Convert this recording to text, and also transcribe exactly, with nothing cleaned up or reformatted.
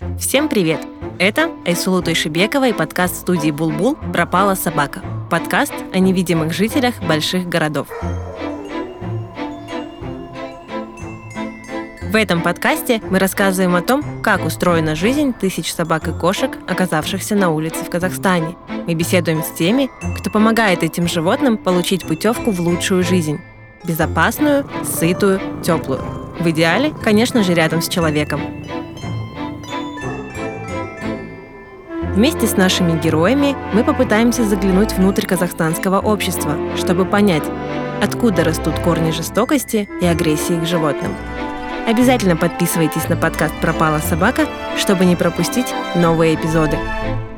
Всем привет! Это Айсулу Тойшибекова и подкаст студии «Булбул» «Пропала собака». Подкаст о невидимых жителях больших городов. В этом подкасте мы рассказываем о том, как устроена жизнь тысяч собак и кошек, оказавшихся на улице в Казахстане. Мы беседуем с теми, кто помогает этим животным получить путевку в лучшую жизнь. Безопасную, сытую, теплую. В идеале, конечно же, рядом с человеком. Вместе с нашими героями мы попытаемся заглянуть внутрь казахстанского общества, чтобы понять, откуда растут корни жестокости и агрессии к животным. Обязательно подписывайтесь на подкаст «Пропала собака», чтобы не пропустить новые эпизоды.